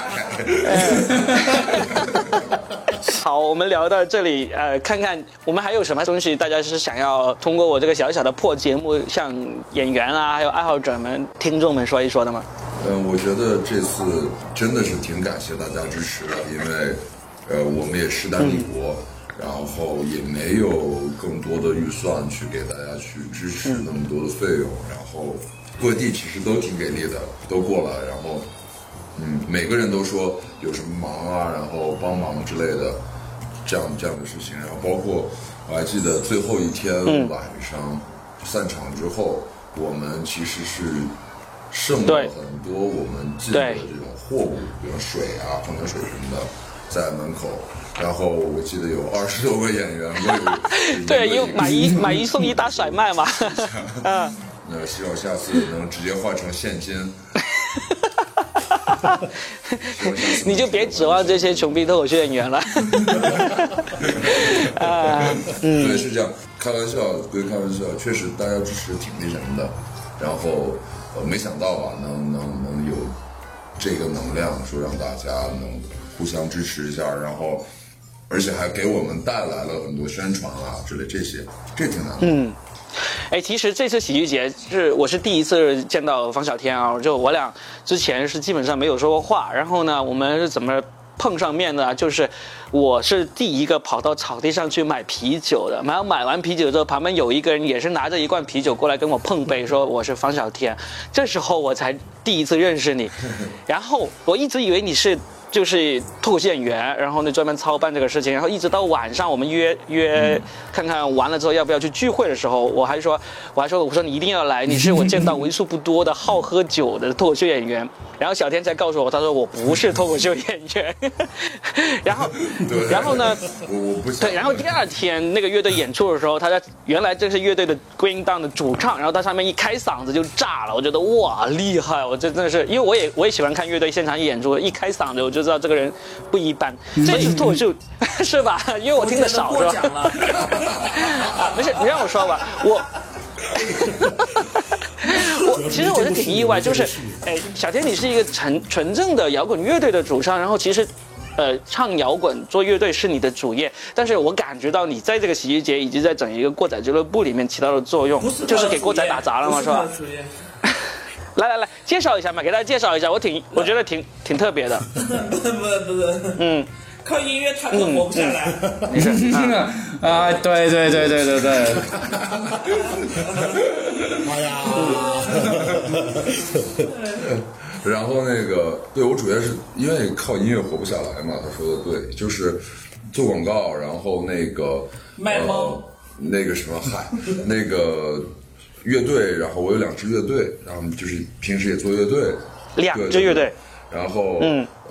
好，我们聊到这里，看看我们还有什么东西，大家是想要通过我这个小小的破节目，向演员啊，还有爱好者们、听众们说一说的吗？ 我觉得这次真的是挺感谢大家支持的，因为我们也势单力薄。然后也没有更多的预算去给大家去支持那么多的费用，然后各地其实都挺给力的，都过来，然后每个人都说有什么忙啊，然后帮忙之类的，这样的事情。然后包括我还记得最后一天晚上散场之后，我们其实是剩了很多我们进的这种货物，比如水啊、矿泉水什么的，在门口。然后我记得有20多个演员对，因为买一送一大甩卖嘛。 那希望下次能直接换成现金。 你就别指望这些穷逼脱口秀演员了。 对，是这样，开玩笑归开玩笑，确实大家支持挺那什么的。然后没想到啊，能有这个能量，说让大家能互相支持一下，然后。而且还给我们带来了很多宣传啊之类这些，这挺难的。 其实这次喜剧节我是第一次见到方小天啊，就我俩之前是基本上没有说过话，然后呢，我们是怎么碰上面的？就是我是第一个跑到草地上去买啤酒的，然后买完啤酒之后，旁边有一个人也是拿着一罐啤酒过来跟我碰杯，说我是方小天，这时候我才第一次认识你，然后我一直以为你是。就是脱口秀演员，然后呢专门操办这个事情，然后一直到晚上我们约看看完了之后要不要去聚会的时候，我说你一定要来，你是我见到为数不多的好喝酒的脱口秀演员。然后小天才告诉我，他说我不是脱口秀演员。然后呢， 我不对，然后第二天那个乐队演出的时候，原来这是乐队的 Green Down 的主唱，然后他上面一开嗓子就炸了，我觉得哇厉害，我真的是，因为我也喜欢看乐队现场演出，一开嗓子我就知道这个人不一般。这是脱口秀是吧？因为我听得少是吧？没事，你让我说吧，其实我是挺意外，就是，小天你是一个纯正的摇滚乐队的主唱，然后其实，唱摇滚做乐队是你的主业，但是我感觉到你在这个喜剧节以及在整一个过仔俱乐部里面起到的作用，就是给过仔打杂了嘛，是吧？来，介绍一下嘛，给大家介绍一下，我觉得挺特别的。 不是，靠音乐他可活不下来。 没事啊，对。 哎呀， 然后对我主要是因为靠音乐活不下来嘛，他说的对，就是做广告，然后卖萌， 乐队，然后我有2支乐队，然后就是平时也做乐队 ，2支乐队， 然后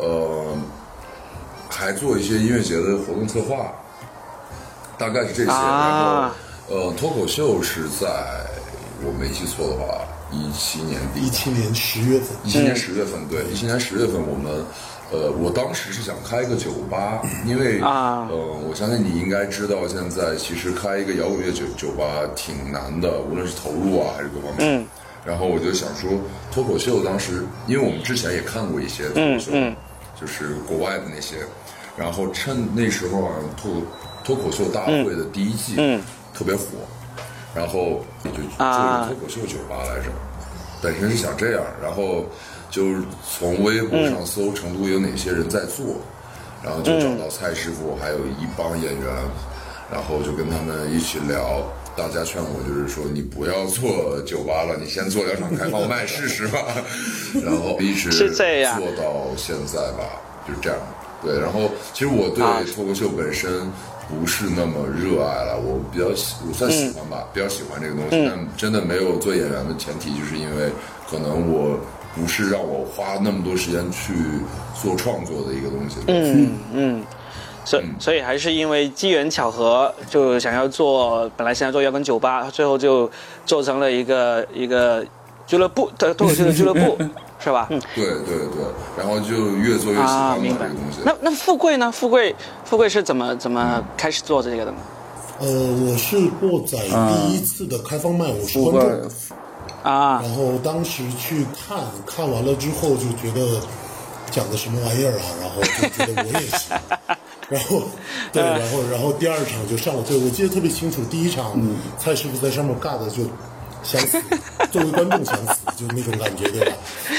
还做一些音乐节的活动策划，大概是这些。然后脱口秀是在我没记错的话，17年10月份。17年10月份，对，17年10月份我们我当时是想开个酒吧，因为我相信你应该知道，现在其实开一个摇滚乐酒吧挺难的，无论是投入啊还是各方面。然后我就想说，脱口秀当时，因为我们之前也看过一些脱口秀，就是国外的那些，然后趁那时候脱口秀大会的第一季，特别火，然后就做一个脱口秀酒吧来着。本身是想这样，然后就是从微博上搜成都有哪些人在做，然后就找到蔡师傅，还有一帮演员，然后就跟他们一起聊。大家劝我就是说，你不要做酒吧了，你先做2场开放麦试试吧。然后一直做到现在吧，就是这样。对，然后其实我对脱口秀本身不是那么热爱了，我算喜欢吧，比较喜欢这个东西，但真的没有做演员的前提，就是因为可能我不是让我花那么多时间去做创作的一个东西。 所以还是因为机缘巧合，就想要做，本来想要做摇滚酒吧，最后就做成了一个俱乐部，脱口秀的俱乐部，是吧？ 对，然后就越做越喜欢这个东西。 那富贵呢？富贵是怎么开始做这个的呢？ 我是过载第一次的开放麦，我是观众然后当时去看完了之后就觉得讲的什么玩意儿啊，然后就觉得我也是。然后对，然后第2场就上了，对，我记得特别清楚，第1场蔡师傅在上面尬的就想死，作为观众想死，就那种感觉，对吧？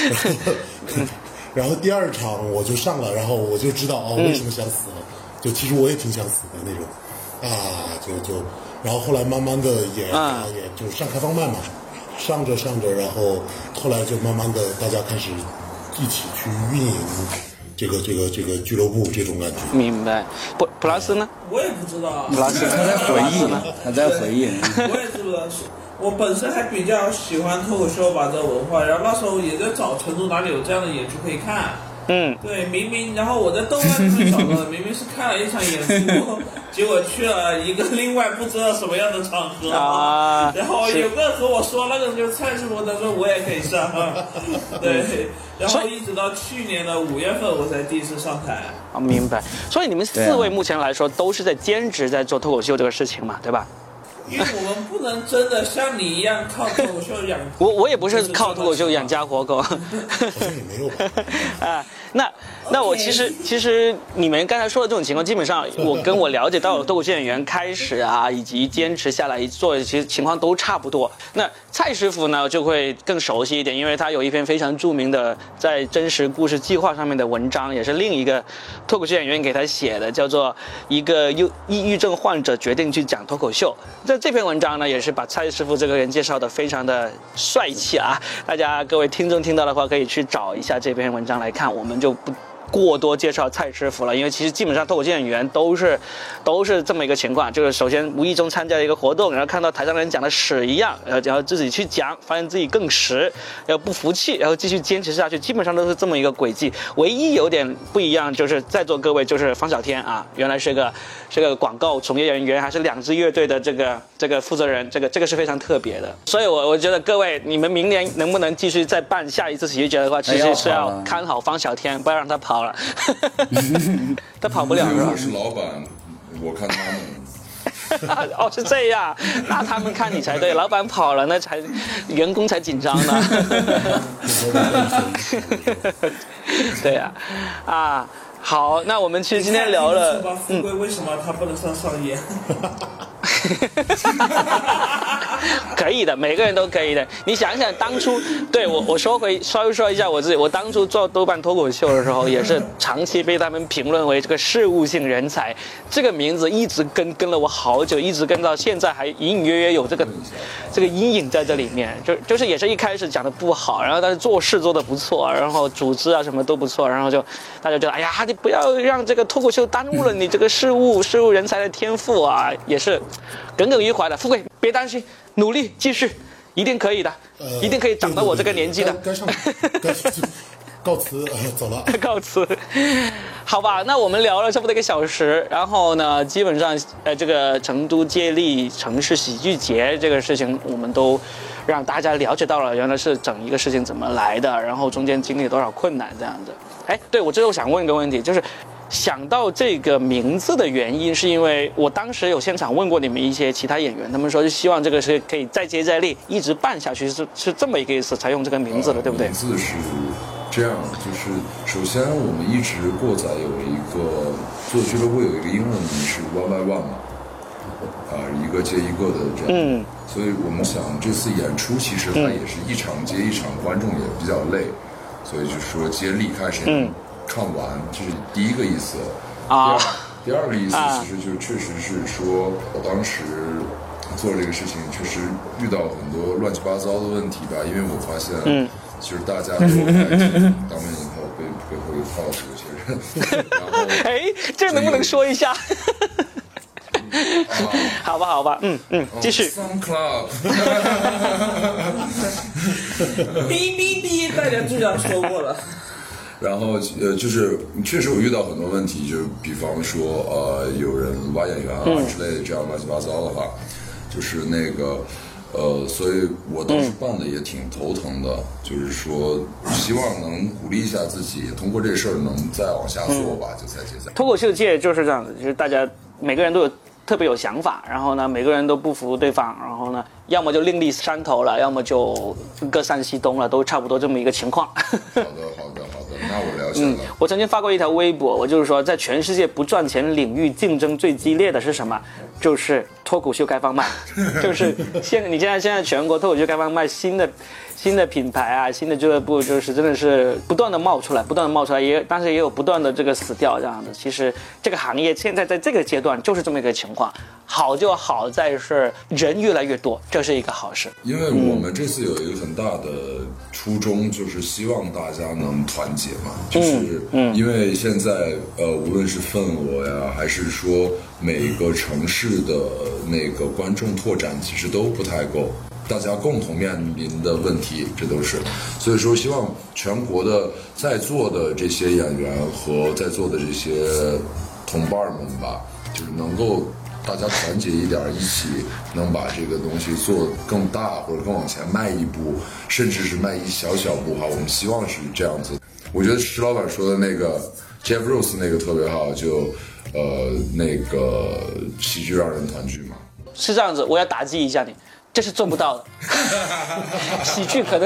然后第2场我就上了，然后我就知道为什么想死了，就其实我也挺想死的那种然后后来慢慢的也就上开放麦嘛，上着，然后后来就慢慢的大家开始一起去运营这个俱乐部这种感觉。 明白。普拉斯呢？ 我也不知道。 普拉斯他在回忆。 我也知道，我本身还比较喜欢脱口秀吧这文化，然后那时候也在找成都哪里有这样的演出可以看。对，明明然后我在豆瓣上面找到的，明明是看了一场演出，结果去了一个另外不知道什么样的场合然后有个人和我说那个就是蔡师傅，他说我也可以上，对，然后一直到去年的5月份我才第一次上台。 明白。所以你们4位目前来说都是在兼职在做脱口秀这个事情嘛，对吧？ 因为我们不能真的像你一样靠脱口秀养我也不是靠脱口秀养家活口， 好像也没有吧。 那我其实你们刚才说的这种情况，基本上我了解到的脱口秀演员开始以及坚持下来做，其实情况都差不多。那蔡师傅呢就会更熟悉一点，因为他有一篇非常著名的在真实故事计划上面的文章，也是另一个脱口秀演员给他写的，叫做一个抑郁症患者决定去讲脱口秀。这篇文章呢也是把蔡师傅这个人介绍的非常的帅气啊，大家各位听众听到的话可以去找一下这篇文章来看，我们就不过多介绍蔡师傅了，因为其实基本上脱口秀演员都是这么一个情况，就是首先无意中参加一个活动，然后看到台上的人讲的屎一样，然后自己去讲，发现自己更屎，然后不服气，然后继续坚持下去，基本上都是这么一个轨迹。唯一有点不一样就是在座各位就是方小天啊，原来是个广告从业人员，还是2支乐队的这个负责人，这个是非常特别的。所以我觉得各位你们明年能不能继续再办下一次喜剧节的话，其实是要看好方小天，不要让他跑了。他跑不了是吧？ 我是老板，我看他们。 是这样，那他们看你才对，老板跑了，那才员工才紧张呢。对呀，好，那我们其实今天聊了， 富贵为什么他不能上演？ 可以的，每个人都可以的。你想想当初，对我稍微说一下我自己，我当初做豆瓣脱口秀的时候，也是长期被他们评论为这个事务性人才，这个名字一直跟了我好久，一直跟到现在，还隐隐约约有这个阴影在这里面。就是也是一开始讲的不好，然后但是做事做的不错，然后组织什么都不错，然后就大家觉得哎呀，你不要让这个脱口秀耽误了你这个事务人才的天赋啊，也是耿耿于怀的。富贵别担心，努力继续，一定可以的，一定可以长到我这个年纪的。 该上告辞，走了。 告辞，好吧，那我们聊了差不多1个小时，然后呢，基本上这个成都接力城市喜剧节这个事情，我们都让大家了解到了，原来是整一个事情怎么来的，然后中间经历了多少困难这样子。 哎，对，我最后想问一个问题，就是想到这个名字的原因，是因为我当时有现场问过你们一些其他演员，他们说就希望这个是可以再接再厉，一直办下去，是这么一个意思，才用这个名字的，对不对？ 名字是这样，就是首先我们一直过载有一个做俱乐部有一个英文名是 One by One 嘛，一个接一个的这样，所以我们想这次演出其实它也是一场接一场，观众也比较累，所以就说接力看谁能看完，这是第一个意思。第二个意思其实就确实是说，我当时做这个事情确实遇到很多乱七八糟的问题吧，因为我发现，其实大家都开始当面以后背后有套是有些人，然后哎，这能不能说一下？好吧，继续。 Sun Club， 哔，大家就这样说过了。 然后就是确实我遇到很多问题，就比方说有人挖演员啊之类的这样乱七八糟的话，就是那个所以我当时办的也挺头疼的，就是说希望能鼓励一下自己，通过这事儿能再往下做吧，就再接再。 脱口秀界就是这样子，就是大家每个人都有特别有想法，然后呢，每个人都不服对方，然后呢，要么就另立山头了，要么就各散西东了，都差不多这么一个情况。 好的，那我了解了。 我曾经发过一条微博，我就是说，在全世界不赚钱领域竞争最激烈的是什么？就是脱口秀开放麦，就是你现在全国脱口秀开放麦新的品牌啊，新的俱乐部，就是真的是不断的冒出来，但是也有不断的这个死掉这样的。其实这个行业现在在这个阶段就是这么一个情况，好就好在是人越来越多，这是一个好事。 因为我们这次有一个很大的初衷，就是希望大家能团结嘛，就是因为现在无论是份额呀，还是说每个城市的那个观众拓展，其实都不太够。大家共同面临的问题，这都是，所以说希望全国的在座的这些演员和在座的这些同伴们吧，就是能够大家团结一点，一起能把这个东西做更大，或者更往前迈一步，甚至是迈一小步哈。我们希望是这样子。我觉得石老板说的那个 Jeff Rose 那个特别好，就那个喜剧让人团聚嘛。 是这样子，我要打击一下你。这是做不到的，喜剧可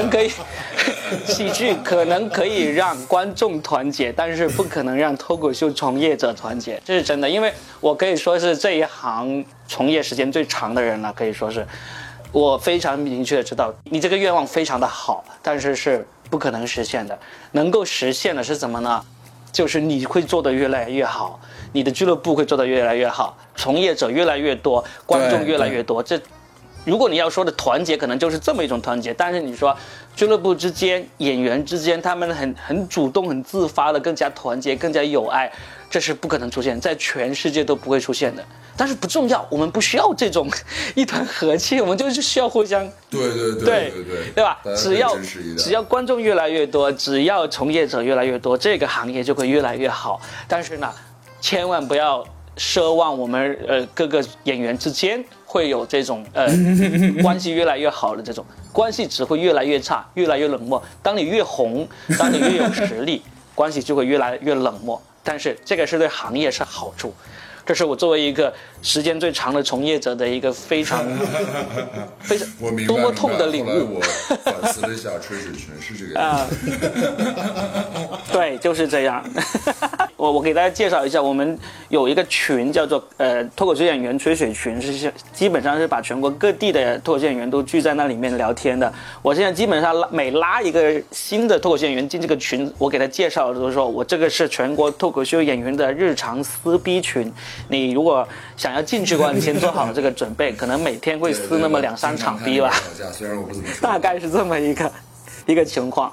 能可以让观众团结，但是不可能让脱口秀从业者团结，这是真的。因为我可以说是这一行从业时间最长的人了，可以说是我非常明确的知道，你这个愿望非常的好，但是是不可能实现的。能够实现的是什么呢？就是你会做得越来越好，你的俱乐部会做得越来越好，从业者越来越多，观众越来越多，这。如果你要说的团结，可能就是这么一种团结。但是你说俱乐部之间、演员之间，他们很主动、很自发的更加团结、更加友爱，这是不可能出现，在全世界都不会出现的。但是不重要，我们不需要这种一团和气，我们就是需要互相对吧？只要观众越来越多，只要从业者越来越多，这个行业就会越来越好。但是呢，千万不要奢望我们各个演员之间会有这种关系越来越好的这种关系，只会越来越差，越来越冷漠。当你越红，当你越有实力，关系就会越来越冷漠。但是这个是对行业是好处，这是我作为一个时间最长的从业者的一个非常多么痛的领悟。 我反思了一下，吹水群是这个样子。 对，就是这样。我给大家介绍一下，我们有一个群叫做脱口秀演员吹水群，是基本上是把全国各地的脱口秀演员都聚在那里面聊天的。我现在基本上每拉一个新的脱口秀演员进这个群，我给他介绍的都说我这个是全国脱口秀演员的日常撕逼群。你如果想要进去的话，你先做好这个准备，可能每天会撕那么2-3场逼吧。 虽然我不怎么说， 大概是这么一个情况。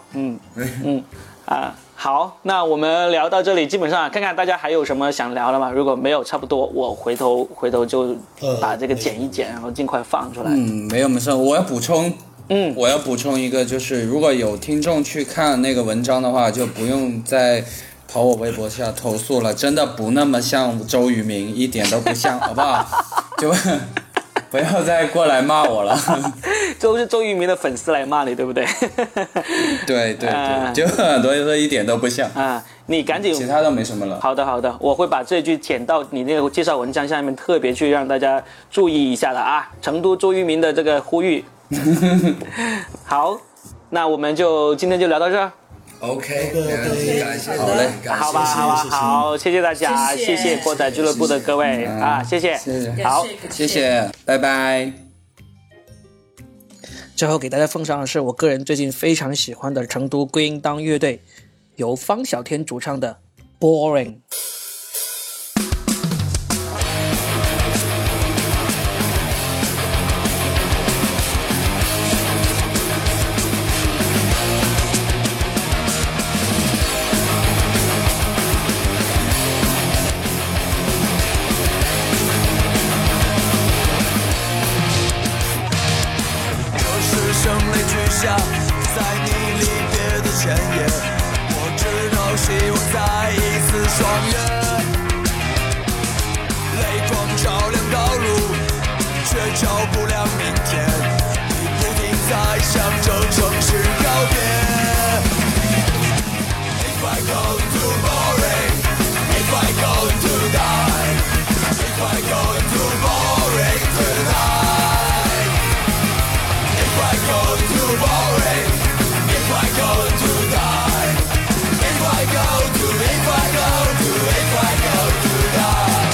好，那我们聊到这里，基本上看看大家还有什么想聊的吗？如果没有，差不多我回头就把这个剪一剪，然后尽快放出来。 没事，我要补充一个，就是如果有听众去看那个文章的话，就不用再跑我微博下投诉了，真的不那么像周渝民，一点都不像，好不好？ 不要再过来骂我了。 都是周渝民的粉丝来骂你，对不对？ 对对对，就很多人一点都不像啊。你赶紧， 其他都没什么了。 好的好的，我会把这句剪到你那个介绍文章下面，特别去让大家注意一下的啊。成都周渝民的这个呼吁。好，那我们就今天就聊到这儿。 OK， 感谢， 好嘞， 好吧，好，谢谢大家，谢谢锅仔俱乐部的各位啊，谢谢，好， 谢谢，拜拜。 最后给大家奉上的是我个人最近非常喜欢的成都归因当乐队由方小天主唱的 Boring。 在你离别的前夜，我只好希望再一次爽约。泪光照亮道路，却照不亮明天。你不停在向这城市告别。If I go into boring, if I go into die, if I go into boring tonight, if I go into boring, if I go to die, if I go to, if I go to, if I go to die.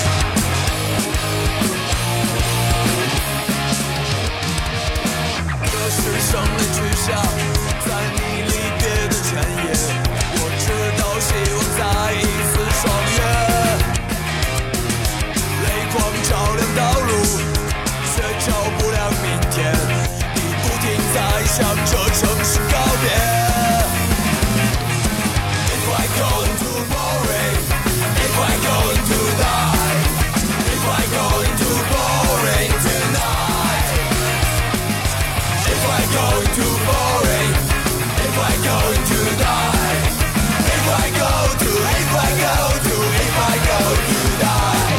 这是生理取向，在你离别的前夜，我知道希望再一次爽约。泪光照亮道路，却照不亮明天。你不停在向这城市告别。If I go into boring, if I go into die, if I go into boring tonight, if I go into boring, if I go into die, if I go to, if I go to, if I go to die.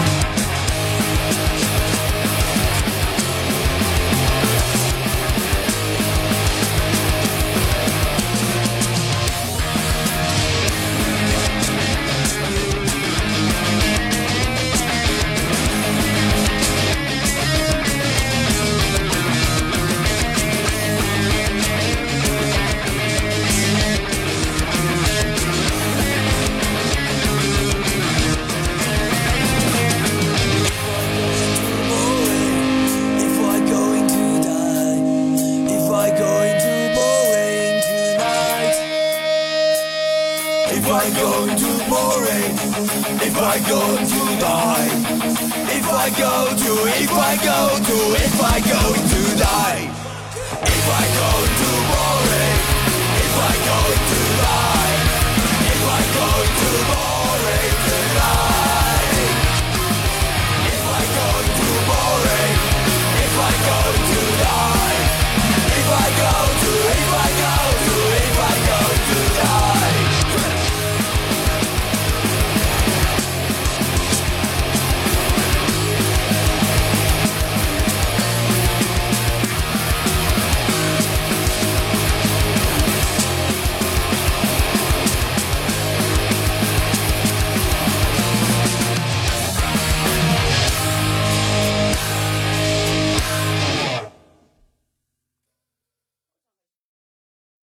If I going to die, if I going to boring tonight, if I going to boring, if I going to die, if I go to, if I go to, if I going to die, if I go to boring.